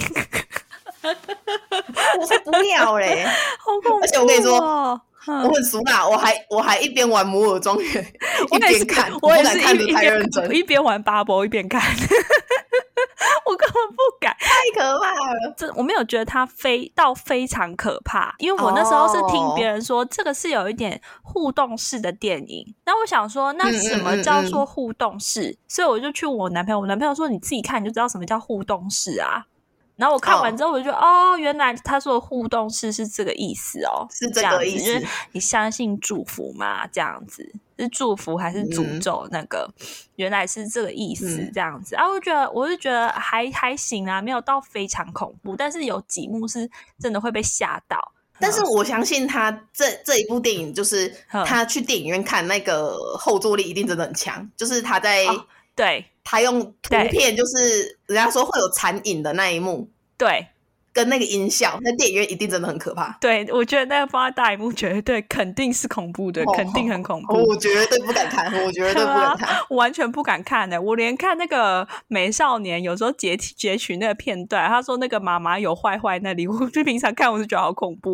我才不要嘞， 好恐怖！ 而且我跟你说，我很俗辣，我还一边玩摩尔庄园一边看，我不敢看得太认真， 一边玩 Bubble 一边看，我根本不敢， 太可怕了。 我没有觉得它非常可怕，因为我那时候是听别人说这个是有一点互动式的电影，然后我想说那什么叫做互动式？所以我就去问我男朋友说你自己看你就知道什么叫互动式啊。然后我看完之后我就觉得原来他说的互动式是这个意思是这个意思， 就是你相信祝福嘛，这样子是祝福还是诅咒那个原来是这个意思这样子我就觉得还行啊，没有到非常恐怖，但是有几幕是真的会被吓到。 但是我相信他这一部电影就是他去电影院看那个后坐力一定真的很强，就是他在对他用图片，就是人家说会有残影的那一幕， 对， 跟那个音效，在电影院一定真的很可怕。 对，我觉得那个放在大荧幕绝对肯定是恐怖的，肯定很恐怖。 我绝对不敢看，我完全不敢看我连看那个美少年有时候截取那个片段，他说那个妈妈有坏那里，我就平常看我就觉得好恐怖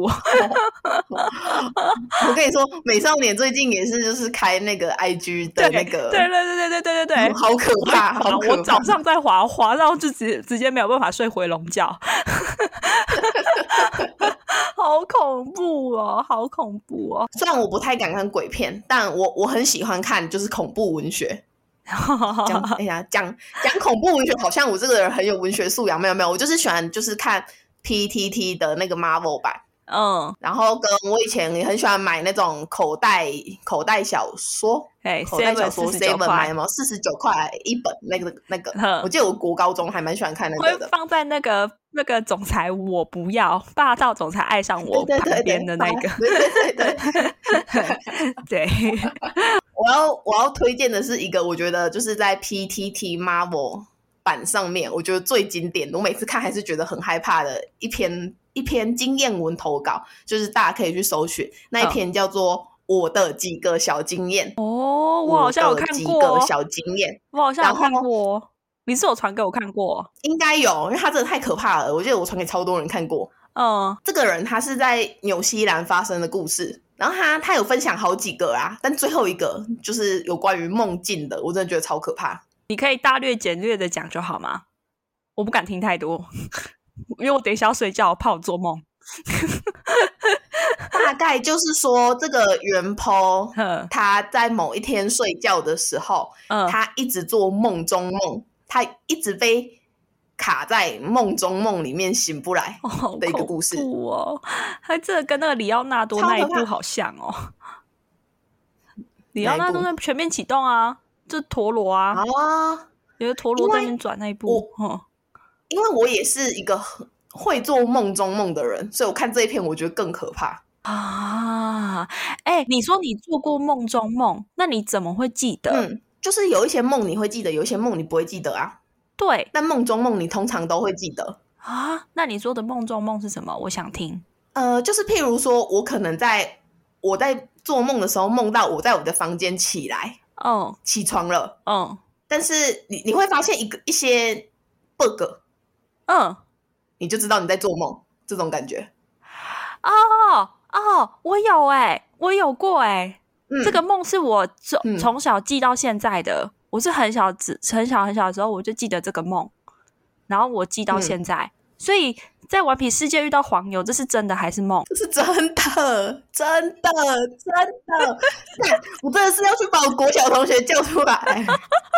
我跟你说，美少年最近也是就是开那个 IG 的那个， 对， 好可怕，好可怕！ 我早上在滑到就直接没有办法睡回笼觉。好恐怖好恐怖虽然我不太敢看鬼片，但我很喜欢看就是恐怖文学。讲恐怖文学好像我这个人很有文学素养，没有，我就是喜欢就是看 PTT 的那个 Marvel 版，然后跟我以前也很喜欢买那种口袋小说，口袋小说 7 买吗？49块一本，那个，我记得我国高中还蛮喜欢看那个的， 会放在那个总裁我不要霸道总裁爱上我旁边的那个，对。 我要推荐的是一个，我觉得就是在 PTT Marvel 版上面，我觉得最经典，我每次看还是觉得很害怕的一篇经验文投稿，就是大家可以去搜寻，那一篇叫做我的几个小经验。 我好像有看过几个小经验， 我好像有看过，你是有传给我看过？ 应该有，因为他真的太可怕了，我记得我传给超多人看过。这个人他是在纽西兰发生的故事，然后他有分享好几个啊，但最后一个就是有关于梦境的，我真的觉得超可怕。 你可以大略简略的讲就好吗？我不敢听太多，因为我等一下要睡觉，怕我做梦。 大概就是说这个原 po 他在某一天睡觉的时候，他一直做梦中梦，他一直被卡在梦中梦里面醒不来的一个故事。 好恐怖哦，他这个跟那个里奥纳多那一部好像哦。里奥纳多在全面启动啊，就陀螺啊，有个陀螺在那边转那一部。 因为我也是一个会做梦中梦的人，所以我看这一篇我觉得更可怕啊。你说你做过梦中梦，那你怎么会记得？ 就是有一些梦你会记得，有一些梦你不会记得啊。 对， 但梦中梦你通常都会记得啊。那你说的梦中梦是什么？我想听。 就是譬如说我可能我在做梦的时候梦到我在我的房间起来，起床了，但是你会发现一些 bug，你就知道你在做梦，这种感觉。 我有我有过这个梦是我从小记到现在的。我是很小的时候我就记得这个梦，然后我记到现在，所以在顽皮世界遇到黄牛，这是真的还是梦？ 这是真的，真的，我真的是要去把我国小同学叫出来。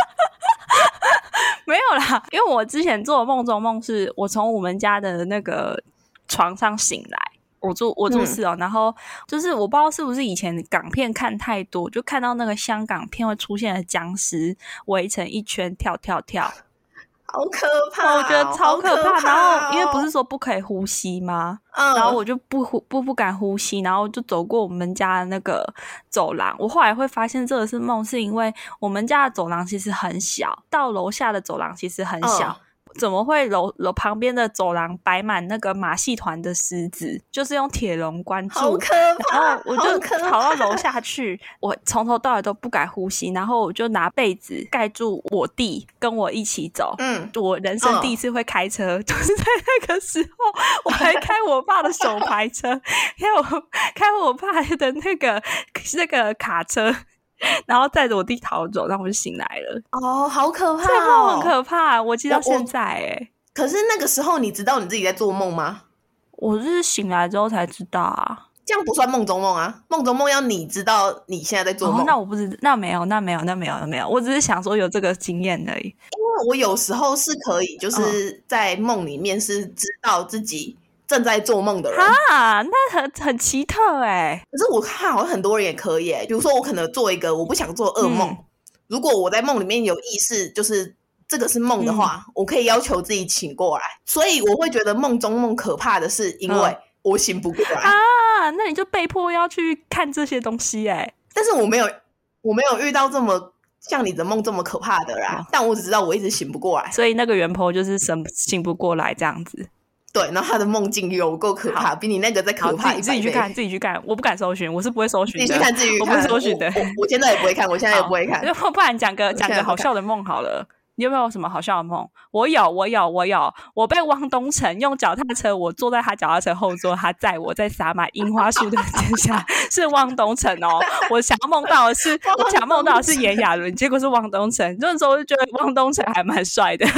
没有啦，因为我之前做的梦中梦是我从我们家的那个床上醒来。我住4楼，然后就是我不知道是不是以前港片看太多，就看到那个香港片会出现的僵尸围成一圈跳， 好可怕， 我觉得超可怕。然后因为不是说不可以呼吸吗？然后我就不敢呼吸，然后就走过我们家的那个走廊。我后来会发现这个是梦，是因为我们家的走廊其实很小，到楼下的走廊其实很小。怎么会楼旁边的走廊摆满那个马戏团的狮子，就是用铁笼关住， 好可怕。 然后我就跑到楼下去，我从头到尾都不敢呼吸，然后我就拿被子盖住我弟跟我一起走。我人生第一次会开车，就是在那个时候我还开我爸的手排车，开我爸的那个卡车，然后载着我弟逃走，然后我就醒来了。 好可怕这梦很可怕，我记到现在可是那个时候你知道你自己在做梦吗？ 我是醒来之后才知道啊。 这样不算梦中梦啊，梦中梦要你知道你现在在做梦。 那我不知道，那没有，我只是想说有这个经验而已。因为我有时候是可以就是在梦里面是知道自己正在做梦的人那很奇特可是我看好像很多人也可以比如说我可能做一个我不想做噩梦，如果我在梦里面有意识就是这个是梦的话，我可以要求自己醒过来。所以我会觉得梦中梦可怕的是因为我醒不过来那你就被迫要去看这些东西但是我没有遇到这么像你的梦这么可怕的啦，但我只知道我一直醒不过来， 所以那个原 po 就是醒不过来这样子。 对，然后他的梦境有够可怕，比你那个再可怕100倍。 自己去看，我不敢搜寻，我是不会搜寻的。 自己去看， 我不会搜寻的。 我现在也不会看，我现在也不会看。 不然讲个好笑的梦好了。你有没有什么好笑的梦？我有，我被汪东城用脚踏车，我坐在他脚踏车后座，他载我在撒满樱花树的之下，是汪东城哦。我想梦到的是炎亚纶，结果是汪东城。那时候就觉得汪东城还蛮帅的。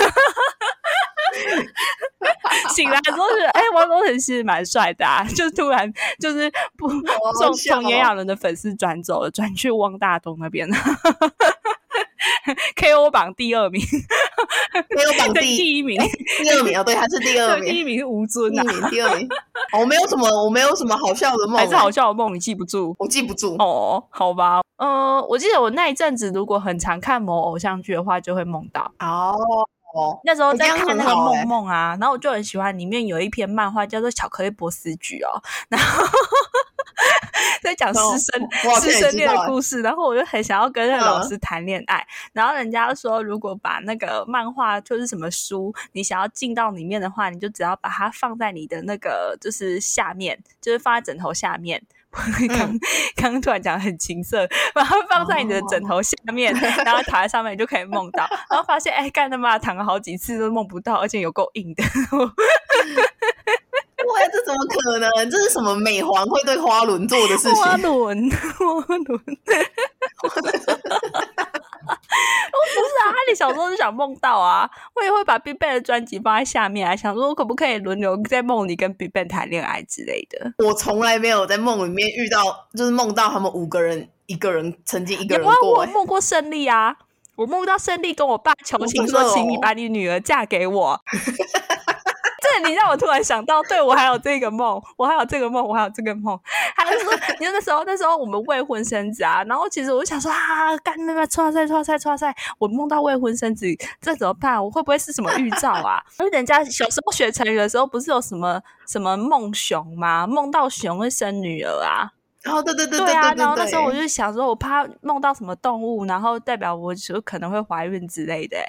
醒来之后觉得汪东城其实蛮帅的就突然就是从炎亚纶的粉丝转走了，转去汪大东那边了。KO 榜第2名 ，KO 榜第 1名， 第2名对，他是第2名， 第1名是吴尊第2名。我没有什么好笑的梦， 还是好笑的梦你记不住？ 我记不住好吧。我记得我那一阵子如果很常看某偶像剧的话，就会梦到那时候在看那个梦啊，然后我就很喜欢里面有一篇漫画叫做《巧克力波斯菊》然后在讲师生恋的故事，然后我就很想要跟那个老师谈恋爱，然后人家说如果把那个漫画就是什么书你想要进到里面的话，你就只要把它放在你的那个就是下面，就是放在枕头下面。刚突然讲很情色，把它放在你的枕头下面，然后躺在上面你就可以梦到，然后发现干他妈躺了好几次都梦不到，而且有够硬的。 对，这怎么可能？这是什么美皇会对花轮做的事情？ 花轮不是你小时候就想梦到啊，我也会把 BigBang 的专辑放在下面啊，想说可不可以轮流在梦里跟 BigBang 谈恋爱之类的。 我从来没有在梦里面遇到，就是梦到他们5个人一个人曾经一个人过。 我梦过胜利啊，我梦到胜利跟我爸求情说，请你把你女儿嫁给我。这你让我突然想到，对，我还有这个梦，我还有这个梦。他就说，你说那时候我们未婚生子啊，然后其实我就想说啊，干那错赛，我梦到未婚生子，这怎么办？我会不会是什么预兆啊？因为人家小时候学成语的时候，不是有什么梦熊吗？梦到熊会生女儿啊。对啊，然后那时候我就想说，我怕梦到什么动物，然后代表我就可能会怀孕之类的。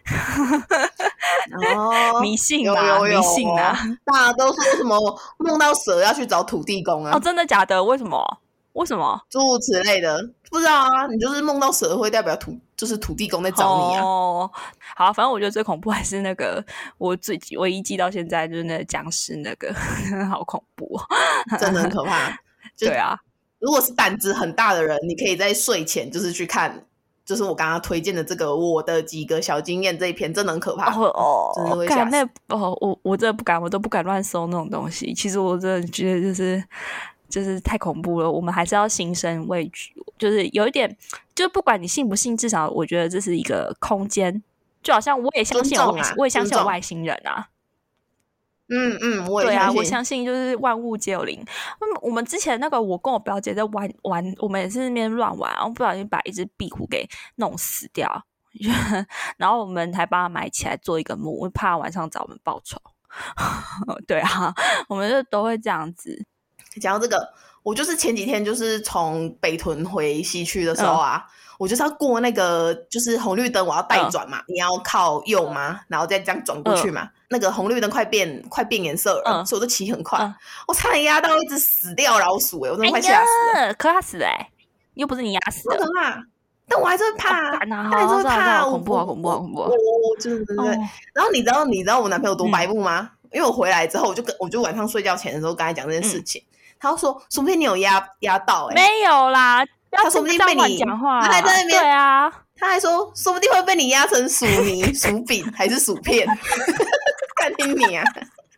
迷信啊，迷信啊！ 大家都说什么梦到蛇要去找土地公啊？ 哦，真的假的？为什么？诸如此类的，不知道啊。你就是梦到蛇会代表就是土地公在找你啊。 哦，好，反正我觉得最恐怖还是那个我唯一记到现在就是那个僵尸那个，好恐怖， 真的很可怕。 对啊， 如果是胆子很大的人，你可以在睡前就是去看，就是我刚刚推荐的这个我的几个小经验这一篇，真的很可怕。真的会吓死。 我真的不敢，我都不敢乱搜那种东西。其实我真的觉得就是太恐怖了，我们还是要心生畏惧。就是有一点，就不管你信不信，至少我觉得这是一个空间，就好像我也相信我也相信有外星人啊。我也相信。对啊，我相信就是万物皆有灵。我们之前那个，我跟我表姐在玩，我们也是那边乱玩，然后不小心把一只壁虎给弄死掉，然后我们还帮他埋起来做一个墓，怕晚上找我们报仇。对啊，我们就都会这样子。 讲到这个，我就是前几天就是从北屯回西区的时候啊，我就是要过那个就是红绿灯，我要带转嘛，你要靠右嘛，然后再这样转过去嘛。那个红绿灯快变颜色了，所以我就骑很快，我差点压到一只死掉老鼠我真的快吓死了。 可他死了又不是你压死的。 好可怕，但我还是会怕，还是会怕， 好恐怖。 对。然后你知道我男朋友多白目吗？因为我回来之后，我就晚上睡觉前的时候跟他讲这件事情，他就说说不定你有压到没有啦， 他说不定被你讲话， 他还在那边， 对啊， 他还说说不定会被你压成薯泥、薯饼还是薯片，看听你啊！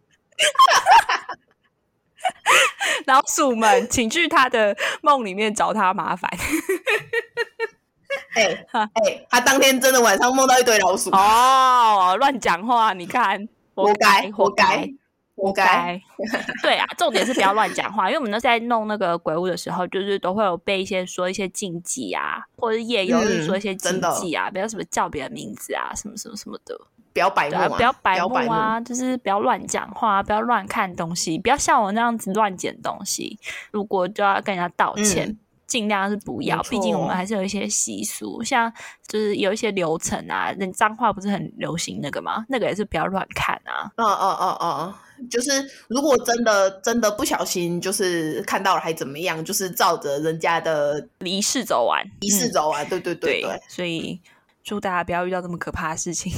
然后鼠们，请去他的梦里面找他麻烦。 他当天真的晚上梦到一堆老鼠哦，乱讲话，你看，活该。对啊，重点是不要乱讲话，因为我们那在弄那个鬼屋的时候，就是都会有被说一些禁忌啊，或者是夜游日说一些禁忌啊，不要什么叫别人名字啊，什么什么什么的。 不要白目啊！ 不要白目啊！就是不要乱讲话，不要乱看东西，不要像我那样子乱捡东西。如果就要跟人家道歉，尽量是不要。毕竟我们还是有一些习俗，像就是有一些流程啊，人脏话不是很流行那个吗？那个也是不要乱看啊。 就是如果真的不小心就是看到了还怎么样，就是照着人家的仪式走完， 对， 所以。祝大家不要遇到这么可怕的事情。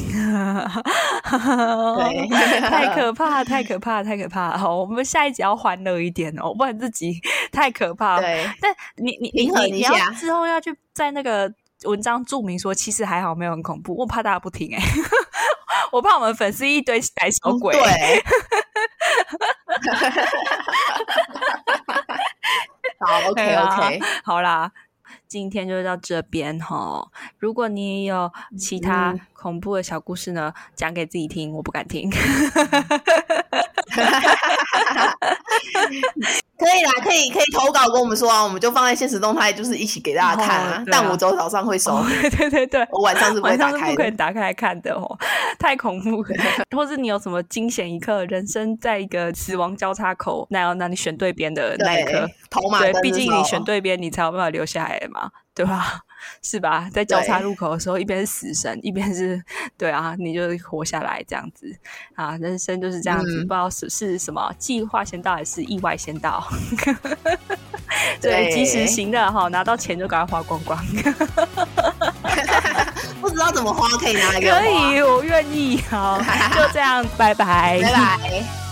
太可怕了。好，我们下一集要欢乐一点哦，不然自己太可怕了。 对， 但你要之后要去在那个文章注明说其实还好，没有很恐怖，我怕大家不听我怕我们粉丝一堆胆小鬼。 对。好 OK 好啦，今天就到这边齁。如果你也有其他恐怖的小故事呢，讲给自己听，我不敢听。 可以啦，可以投稿跟我们说啊，我们就放在限时动态，就是一起给大家看啊。但我早上会收。 对， 我晚上是不会打开的， 不可能打开来看的哦，太恐怖了。或是你有什么惊险一刻，人生在一个死亡交叉口，那你选对边的那一刻，对，毕竟你选对边，你才有办法留下来嘛，对吧？是吧？在交叉路口的时候，一边是死神，一边是对啊，你就活下来这样子啊，人生就是这样子，不知道是什么计划先到还是意外先到。对，及时行乐哈，拿到钱就赶快花光光。 不知道怎么花，可以拿一个花。 可以，我愿意。好，就这样，拜拜。 拜拜。